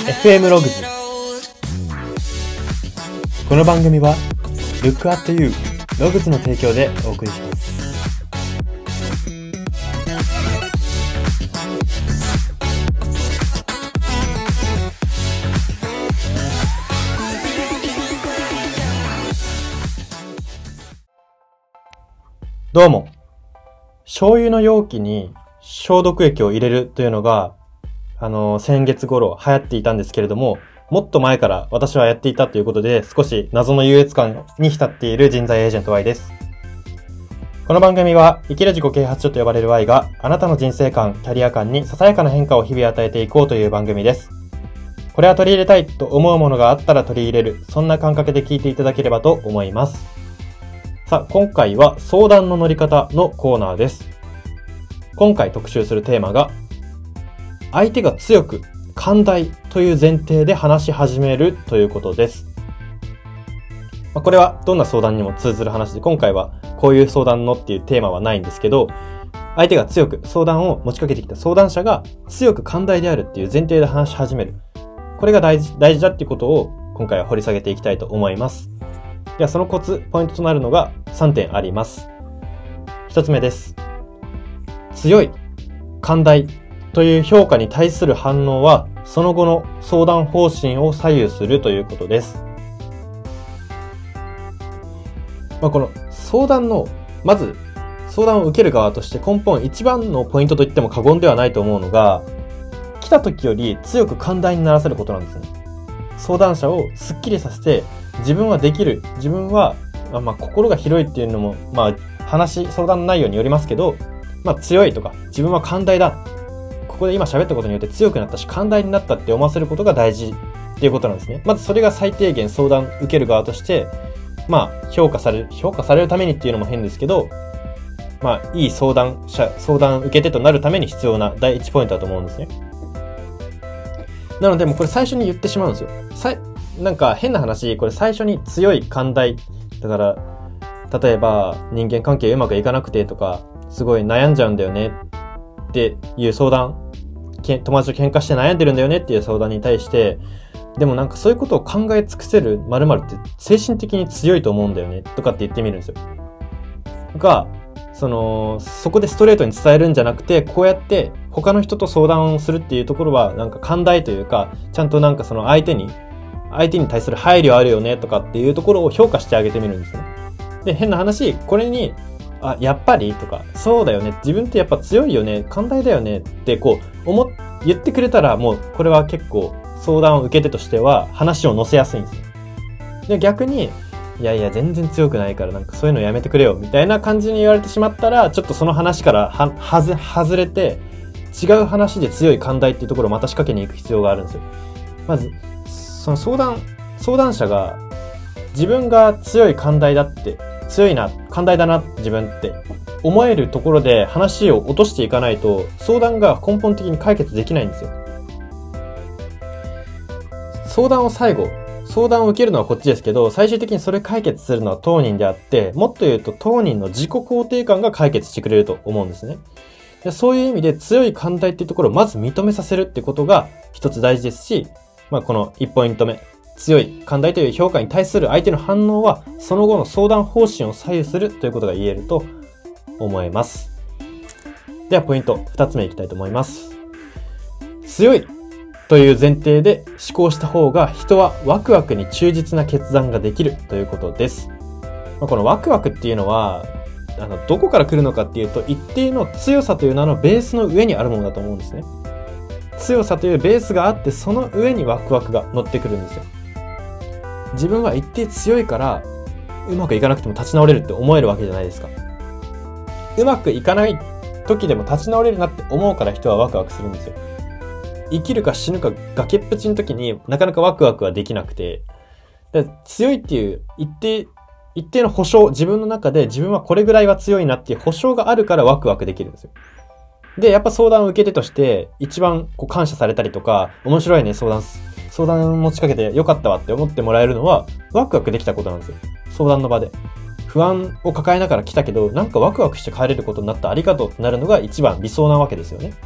FM ログズ。この番組は Look at You ログズの提供でお送りします。どうも。醤油の容器に消毒液を入れるというのが先月頃流行っていたんですけれども、もっと前から私はやっていたということで、少し謎の優越感に浸っている人材エージェント Y です。この番組は生きる自己啓発書と呼ばれる Y があなたの人生観、キャリア観にささやかな変化を日々与えていこうという番組です。これは取り入れたいと思うものがあったら取り入れる、そんな感覚で聞いていただければと思います。さあ、今回は相談の乗り方のコーナーです。今回特集するテーマが、相手が強く寛大という前提で話し始めるということです。これはどんな相談にも通ずる話で、今回はこういう相談のっていうテーマはないんですけど、相手が強く相談を持ちかけてきた相談者が強く寛大であるっていう前提で話し始める。これが大事だっていうことを今回は掘り下げていきたいと思います。ではそのコツ、ポイントとなるのが3点あります。1つ目です。強い、寛大という評価に対する反応は、その後の相談方針を左右するということです。この相談の、まず相談を受ける側として根本一番のポイントと言っても過言ではないと思うのが、来た時より強く寛大にならせることなんですね。相談者をスッキリさせて、自分はできる、自分は、心が広いっていうのも、相談の内容によりますけど、強いとか、自分は寛大だ。ここで今喋ったことによって強くなったし、寛大になったって思わせることが大事っていうことなんですね。まずそれが最低限相談受ける側として、評価されるためにっていうのも変ですけど、いい相談受け手となるために必要な第一ポイントだと思うんですね。なので、もうこれ最初に言ってしまうんですよ。なんか変な話、これ最初に強い寛大。だから、例えば人間関係うまくいかなくてとか、すごい悩んじゃうんだよねっていう相談、友達と喧嘩して悩んでるんだよねっていう相談に対して、でもなんかそういうことを考え尽くせる〇〇って精神的に強いと思うんだよねとかって言ってみるんですよ。そこでストレートに伝えるんじゃなくて、こうやって他の人と相談をするっていうところはなんか寛大というか、ちゃんとなんかその相手に対する配慮あるよねとかっていうところを評価してあげてみるんですね。で、変な話、これにやっぱりとか、そうだよね、自分ってやっぱ強いよね、寛大だよねって言ってくれたら、もうこれは結構相談を受け手としては話を乗せやすいんですよ。で、逆にいや全然強くないからなんかそういうのやめてくれよみたいな感じに言われてしまったら、ちょっとその話から外れて、違う話で強い寛大っていうところをまた仕掛けに行く必要があるんですよ。まずその相談者が自分が強い寛大だって、強いな、寛大だな、自分って思えるところで話を落としていかないと、相談が根本的に解決できないんですよ。相談を受けるのはこっちですけど、最終的にそれ解決するのは当人であって、もっと言うと当人の自己肯定感が解決してくれると思うんですね。で、そういう意味で強い寛大っていうところをまず認めさせるってことが一つ大事ですし、この1ポイント目。強い、寛大という評価に対する相手の反応は、その後の相談方針を左右するということが言えると思います。では、ポイント2つ目いきたいと思います。強いという前提で思考した方が、人はワクワクに忠実な決断ができるということです。このワクワクっていうのは、どこから来るのかっていうと、一定の強さという名のベースの上にあるものだと思うんですね。強さというベースがあって、その上にワクワクが乗ってくるんですよ。自分は一定強いからうまくいかなくても立ち直れるって思えるわけじゃないですか。うまくいかない時でも立ち直れるなって思うから人はワクワクするんですよ。生きるか死ぬか崖っぷちの時になかなかワクワクはできなくて、強いっていう一定の保証、自分の中で自分はこれぐらいは強いなっていう保証があるからワクワクできるんですよ。で、やっぱ相談を受け手として一番感謝されたりとか、面白いね、相談持ちかけてよかったわって思ってもらえるのはワクワクできたことなんですよ。相談の場で。不安を抱えながら来たけど、なんかワクワクして帰れることになった、ありがとうってなるのが一番理想なわけですよね。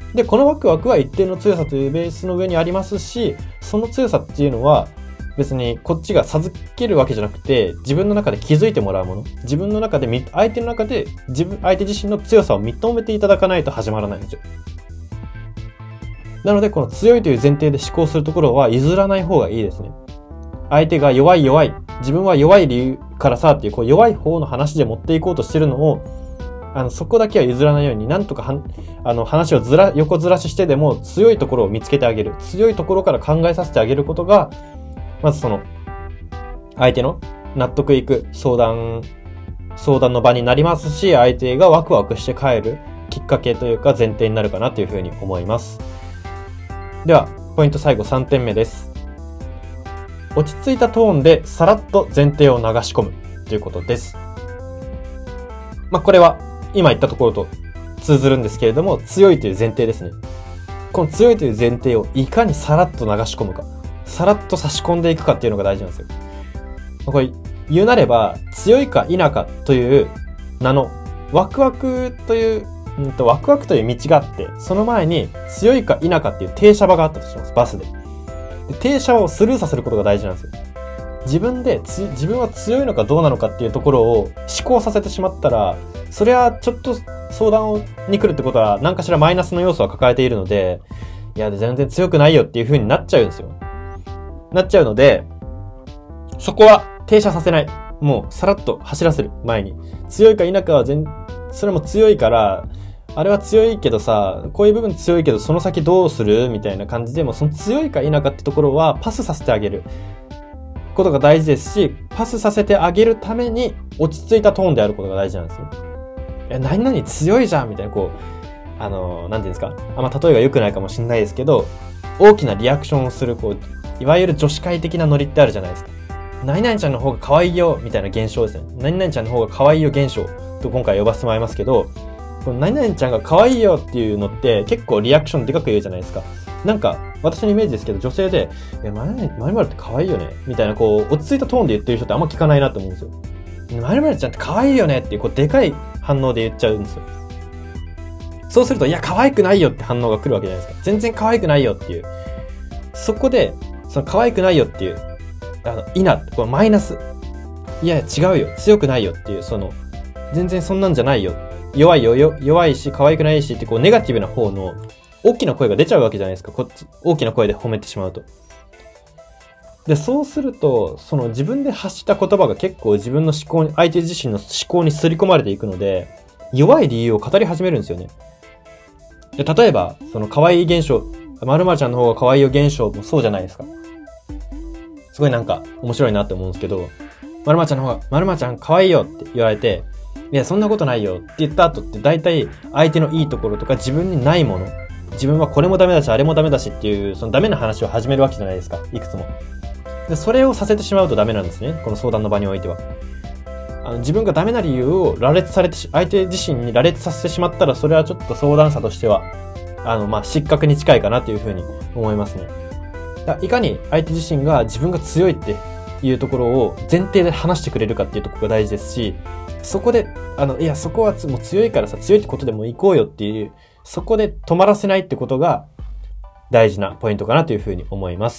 で、このワクワクは一定の強さというベースの上にありますし、その強さっていうのは、別にこっちが授けるわけじゃなくて、自分の中で気づいてもらうもの。自分の中で、相手の中で相手自身の強さを認めていただかないと始まらないんですよ。なので、この強いという前提で思考するところは譲らない方がいいですね。相手が弱い、自分は弱い理由からさっていう、弱い方の話で持っていこうとしてるのを、そこだけは譲らないように、なんとか話を横ずらししてでも強いところを見つけてあげる。強いところから考えさせてあげることが、まず相手の納得いく相談の場になりますし、相手がワクワクして帰るきっかけというか前提になるかなというふうに思います。では、ポイント最後3点目です。落ち着いたトーンでさらっと前提を流し込むということです。これは今言ったところと通ずるんですけれども、強いという前提ですね。この強いという前提をいかにさらっと流し込むか。さらっと差し込んでいくかっていうのが大事なんですよ。これ言うなれば強いか否かという名のワクワクという道があって、その前に強いか否かっていう停車場があったとします。バスで。停車をスルーさせることが大事なんですよ。自分は強いのかどうなのかっていうところを思考させてしまったら、それはちょっと相談に来るってことは何かしらマイナスの要素は抱えているので、いや全然強くないよっていう風になっちゃうんですよ。なっちゃうので、そこは停車させない。もうさらっと走らせる。前に。強いか否かはそれも強いから、あれは強いけどさ、こういう部分強いけどその先どうするみたいな感じで、もその強いか否かってところはパスさせてあげることが大事ですし、パスさせてあげるために落ち着いたトーンであることが大事なんですよ。何々強いじゃんみたいな、なんていうんですか。例えが良くないかもしれないですけど、大きなリアクションをする、いわゆる女子会的なノリってあるじゃないですか。何々ちゃんの方が可愛いよみたいな現象ですね。何々ちゃんの方が可愛いよ現象と今回呼ばせてもらいますけど、この何々ちゃんが可愛いよっていうのって結構リアクションでかく言うじゃないですか。なんか私のイメージですけど、女性で〇〇って可愛いよねみたいな落ち着いたトーンで言ってる人ってあんま聞かないなと思うんですよ。〇〇ちゃんって可愛いよねっていうでかい反応で言っちゃうんですよ。そうすると、いや可愛くないよって反応が来るわけじゃないですか。全然可愛くないよっていう。そこでその可愛くないよっていうこのマイナス、いや違うよ、強くないよっていう、全然そんなんじゃないよ、弱いし可愛くないしってネガティブな方の大きな声が出ちゃうわけじゃないですか。大きな声で褒めてしまうと。で、そうすると自分で発した言葉が結構自分の相手自身の思考に刷り込まれていくので、弱い理由を語り始めるんですよね。で、例えば可愛い現象、〇〇ちゃんの方が可愛いよ現象もそうじゃないですか。すごい面白いなって思うんですけど、〇〇ちゃん可愛いよって言われて、いやそんなことないよって言った後って大体相手のいいところとか自分にないもの、自分はこれもダメだしあれもダメだしっていうダメな話を始めるわけじゃないですか。いくつも。で、それをさせてしまうとダメなんですね。この相談の場においては。自分がダメな理由を相手自身に羅列させてしまったら、それはちょっと相談者としては、失格に近いかなというふうに思いますね。いかに相手自身が自分が強いっていうところを前提で話してくれるかっていうところが大事ですし、そこで、いや、そこはもう強いからさ、強いってことでも行こうよっていう、そこで止まらせないってことが大事なポイントかなというふうに思います。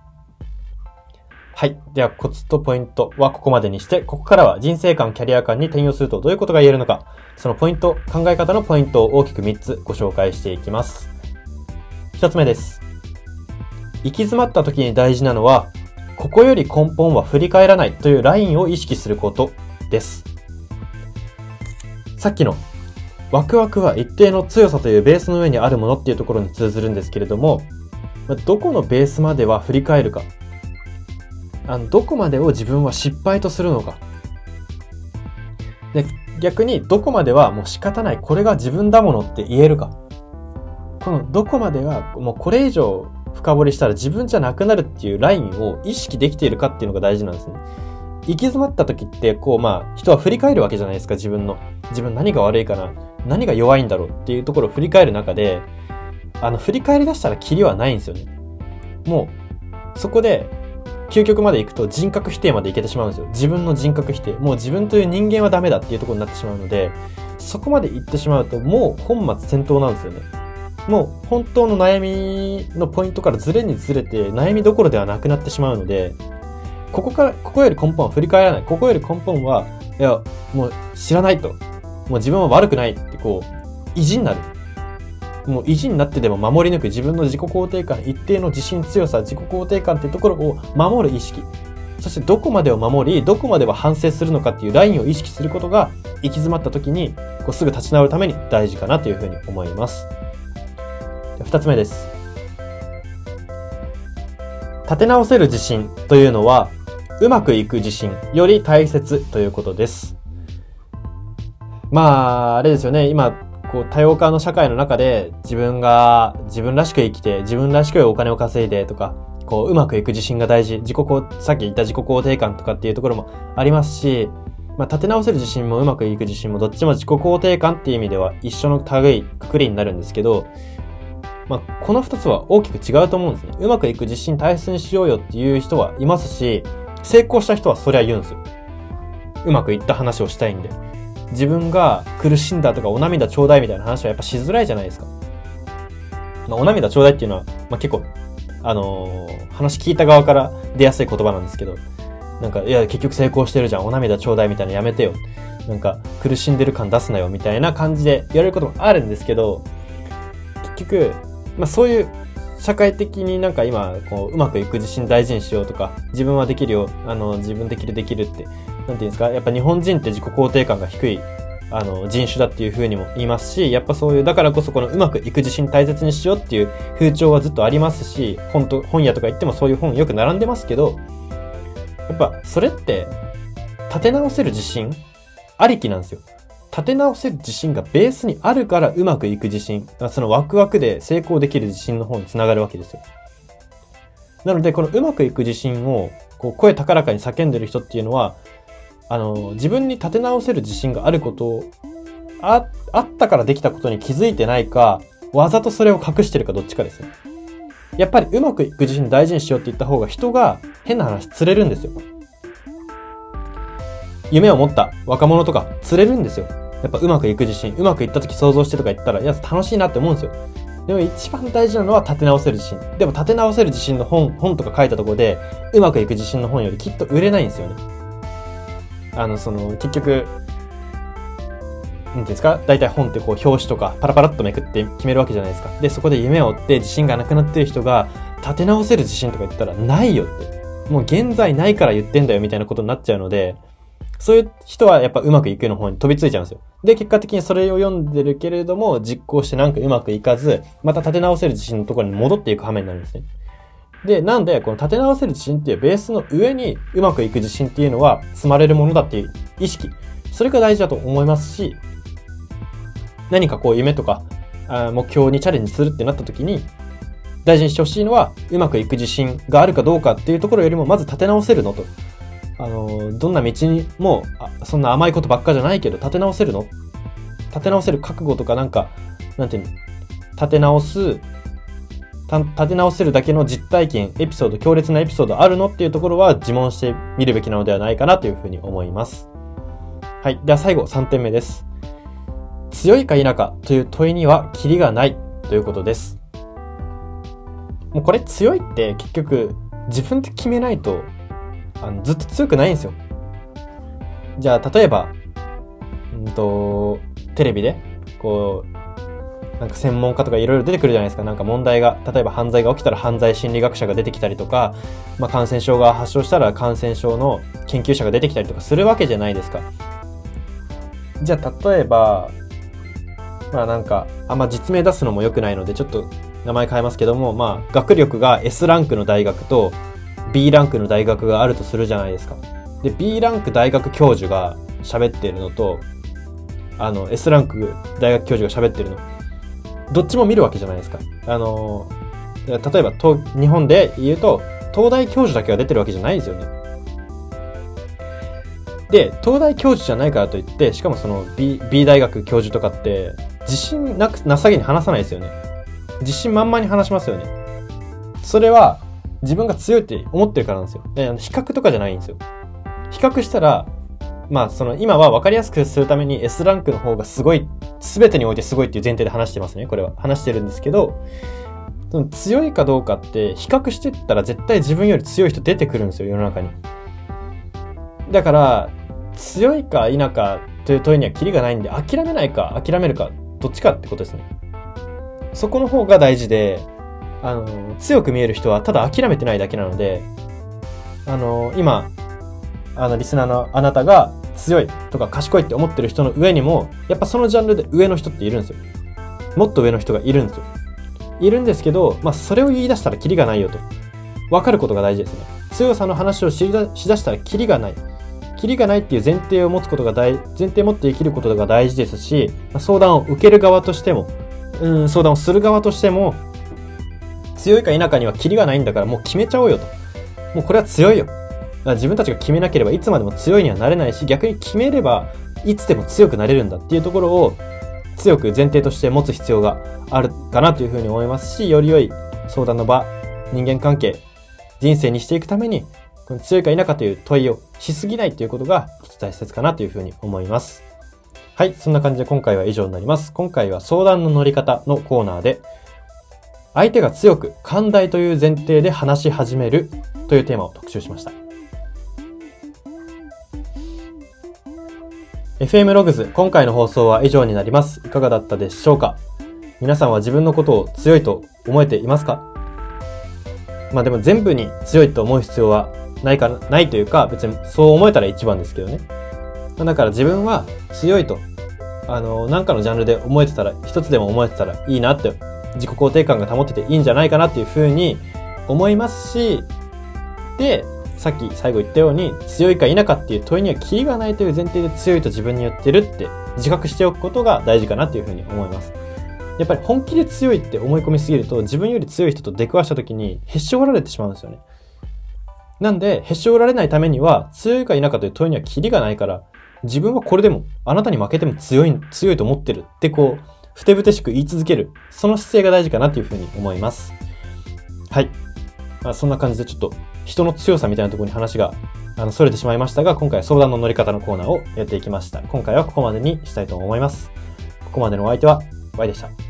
はい。では、コツとポイントはここまでにして、ここからは人生観、キャリア観に転用するとどういうことが言えるのか、そのポイント、考え方のポイントを大きく3つご紹介していきます。1つ目です。行き詰まった時に大事なのは、ここより根本は振り返らないというラインを意識することです。さっきのワクワクは一定の強さというベースの上にあるものっていうところに通ずるんですけれども、どこのベースまでは振り返るか、どこまでを自分は失敗とするのか、で逆にどこまではもう仕方ない、これが自分だものって言えるか、このどこまではもうこれ以上深掘りしたら自分じゃなくなるっていうラインを意識できているかっていうのが大事なんですね。行き詰まった時って人は振り返るわけじゃないですか。自分何が悪いかな、何が弱いんだろうっていうところを振り返る中で、振り返り出したらキリはないんですよね。もうそこで究極まで行くと人格否定までいけてしまうんですよ。自分の人格否定、もう自分という人間はダメだっていうところになってしまうので、そこまで行ってしまうともう本末転倒なんですよね。 もう本当の悩みのポイントからずれにずれて悩みどころではなくなってしまうので、ここより根本は振り返らない。ここより根本は、いや、もう知らないと。もう自分は悪くないって意地になる。もう意地になってでも守り抜く自分の自己肯定感、一定の自信強さ、自己肯定感っていうところを守る意識。そしてどこまでを守り、どこまでは反省するのかっていうラインを意識することが、行き詰まった時にすぐ立ち直るために大事かなというふうに思います。2つ目です。立て直せる自信というのは、うまくいく自信より大切ということです。あれですよね。今、多様化の社会の中で自分らしく生きて、自分らしくお金を稼いでとか、うまくいく自信が大事。さっき言った自己肯定感とかっていうところもありますし、立て直せる自信もうまくいく自信もどっちも自己肯定感っていう意味では一緒の類、くくりになるんですけど、この二つは大きく違うと思うんですね。うまくいく自信大切にしようよっていう人はいますし、成功した人はそりゃ言うんですよ。うまくいった話をしたいんで。自分が苦しんだとかお涙ちょうだいみたいな話はやっぱしづらいじゃないですか。お涙ちょうだいっていうのは、結構、話聞いた側から出やすい言葉なんですけど、いや、結局成功してるじゃん、お涙ちょうだいみたいなのやめてよ。苦しんでる感出すなよみたいな感じで言われることもあるんですけど、結局、そういう社会的に今、うまくいく自信大事にしようとか、自分はできるよ、自分できるって、なんていうんですか、やっぱ日本人って自己肯定感が低い、人種だっていう風にも言いますし、やっぱそういう、だからこそこのうまくいく自信大切にしようっていう風潮はずっとありますし、本屋とか行ってもそういう本よく並んでますけど、やっぱそれって、立て直せる自信ありきなんですよ。立て直せる自信がベースにあるからうまくいく自信、そのワクワクで成功できる自信の方につながるわけですよ。なので、このうまくいく自信を声高らかに叫んでる人っていうのは、自分に立て直せる自信があることを、あったからできたことに気づいてないか、わざとそれを隠してるかどっちかですよ。やっぱりうまくいく自信大事にしようって言った方が人が変な話釣れるんですよ。夢を持った若者とか釣れるんですよ。やっぱうまくいく自信、うまくいった時想像してとか言ったら、いや、楽しいなって思うんですよ。でも一番大事なのは立て直せる自信。でも立て直せる自信の本とか書いたところで、うまくいく自信の本よりきっと売れないんですよね。結局、なんていうんですか、大体本って表紙とかパラパラっとめくって決めるわけじゃないですか。で、そこで夢を追って自信がなくなってる人が、立て直せる自信とか言ったら、ないよって。もう現在ないから言ってんだよみたいなことになっちゃうので、そういう人はやっぱうまくいくの方に飛びついちゃうんですよ。で、結果的にそれを読んでるけれども、実行してうまくいかず、また立て直せる自信のところに戻っていく羽目になるんですね。で、なんで、この立て直せる自信っていうベースの上にうまくいく自信っていうのは積まれるものだっていう意識。それが大事だと思いますし、何か夢とか目標にチャレンジするってなった時に、大事にしてほしいのは、うまくいく自信があるかどうかっていうところよりも、まず立て直せるのと。どんな道にも、そんな甘いことばっかじゃないけど、立て直せるの？立て直せる覚悟とかなんていうの？立て直せるだけの実体験、エピソード、強烈なエピソードあるのっていうところは自問してみるべきなのではないかなというふうに思います。はい。では最後、3点目です。強いか否かという問いにはキリがないということです。もうこれ強いって結局自分で決めないとずっと強くないんですよ。じゃあ例えばテレビで専門家とかいろいろ出てくるじゃないですか。問題が、例えば犯罪が起きたら犯罪心理学者が出てきたりとか、感染症が発症したら感染症の研究者が出てきたりとかするわけじゃないですか。じゃあ例えばあんま実名出すのも良くないのでちょっと名前変えますけども、学力が S ランクの大学と B ランクの大学があるとするじゃないですか。で B ランク大学教授が喋ってるのとS ランク大学教授が喋ってるの、どっちも見るわけじゃないですか。例えば日本で言うと東大教授だけが出てるわけじゃないですよね。で東大教授じゃないからといって、しかもその B 大学教授とかって自信なさげに話さないですよね。自信満々に話しますよね。それは自分が強いって思ってるからなんですよ。比較とかじゃないんですよ。比較したら今は分かりやすくするために S ランクの方がすごい、全てにおいてすごいっていう前提で話してますね。これは話してるんですけど、その強いかどうかって比較してったら絶対自分より強い人出てくるんですよ、世の中に。だから、強いか否かという問いにはキリがないんで、諦めないか諦めるか、どっちかってことですね。そこの方が大事で、強く見える人はただ諦めてないだけなので、今、リスナーのあなたが強いとか賢いって思ってる人の上にも、やっぱそのジャンルで上の人っているんですよ。もっと上の人がいるんですよ。いるんですけど、それを言い出したらキリがないよと。分かることが大事ですね。強さの話をしだしたらキリがない。キリがないっていう前提を持つことが前提を持って生きることが大事ですし、相談を受ける側としても、相談をする側としても、強いか否かにはキリがないんだからもう決めちゃおうよと。もうこれは強いよ。自分たちが決めなければいつまでも強いにはなれないし、逆に決めればいつでも強くなれるんだっていうところを強く前提として持つ必要があるかなというふうに思いますし、より良い相談の場、人間関係、人生にしていくために、この強いか否かという問いをしすぎないということが大切かなというふうに思います。はい、そんな感じで今回は以上になります。今回は相談の乗り方のコーナーで、相手が強く寛大という前提で話し始めるというテーマを特集しました。FM ログズ、今回の放送は以上になります。いかがだったでしょうか？皆さんは自分のことを強いと思えていますか？でも全部に強いと思う必要はないというか、別にそう思えたら一番ですけどね。だから自分は強いと、なんかのジャンルで思えてたら、一つでも思えてたらいいなって、自己肯定感が保ってていいんじゃないかなっていうふうに思いますし、で、さっき最後言ったように、強いか否かっていう問いにはキリがないという前提で強いと自分に言ってるって自覚しておくことが大事かなっていうふうに思います。やっぱり本気で強いって思い込みすぎると、自分より強い人と出くわした時にへし折られてしまうんですよね。なんで、へし折られないためには、強いか否かという問いにはキリがないから、自分はこれでも、あなたに負けても強いと思ってるってふてぶてしく言い続ける。その姿勢が大事かなというふうに思います。はい。そんな感じでちょっと人の強さみたいなところに話が逸れてしまいましたが、今回は相談の乗り方のコーナーをやっていきました。今回はここまでにしたいと思います。ここまでのお相手はYでした。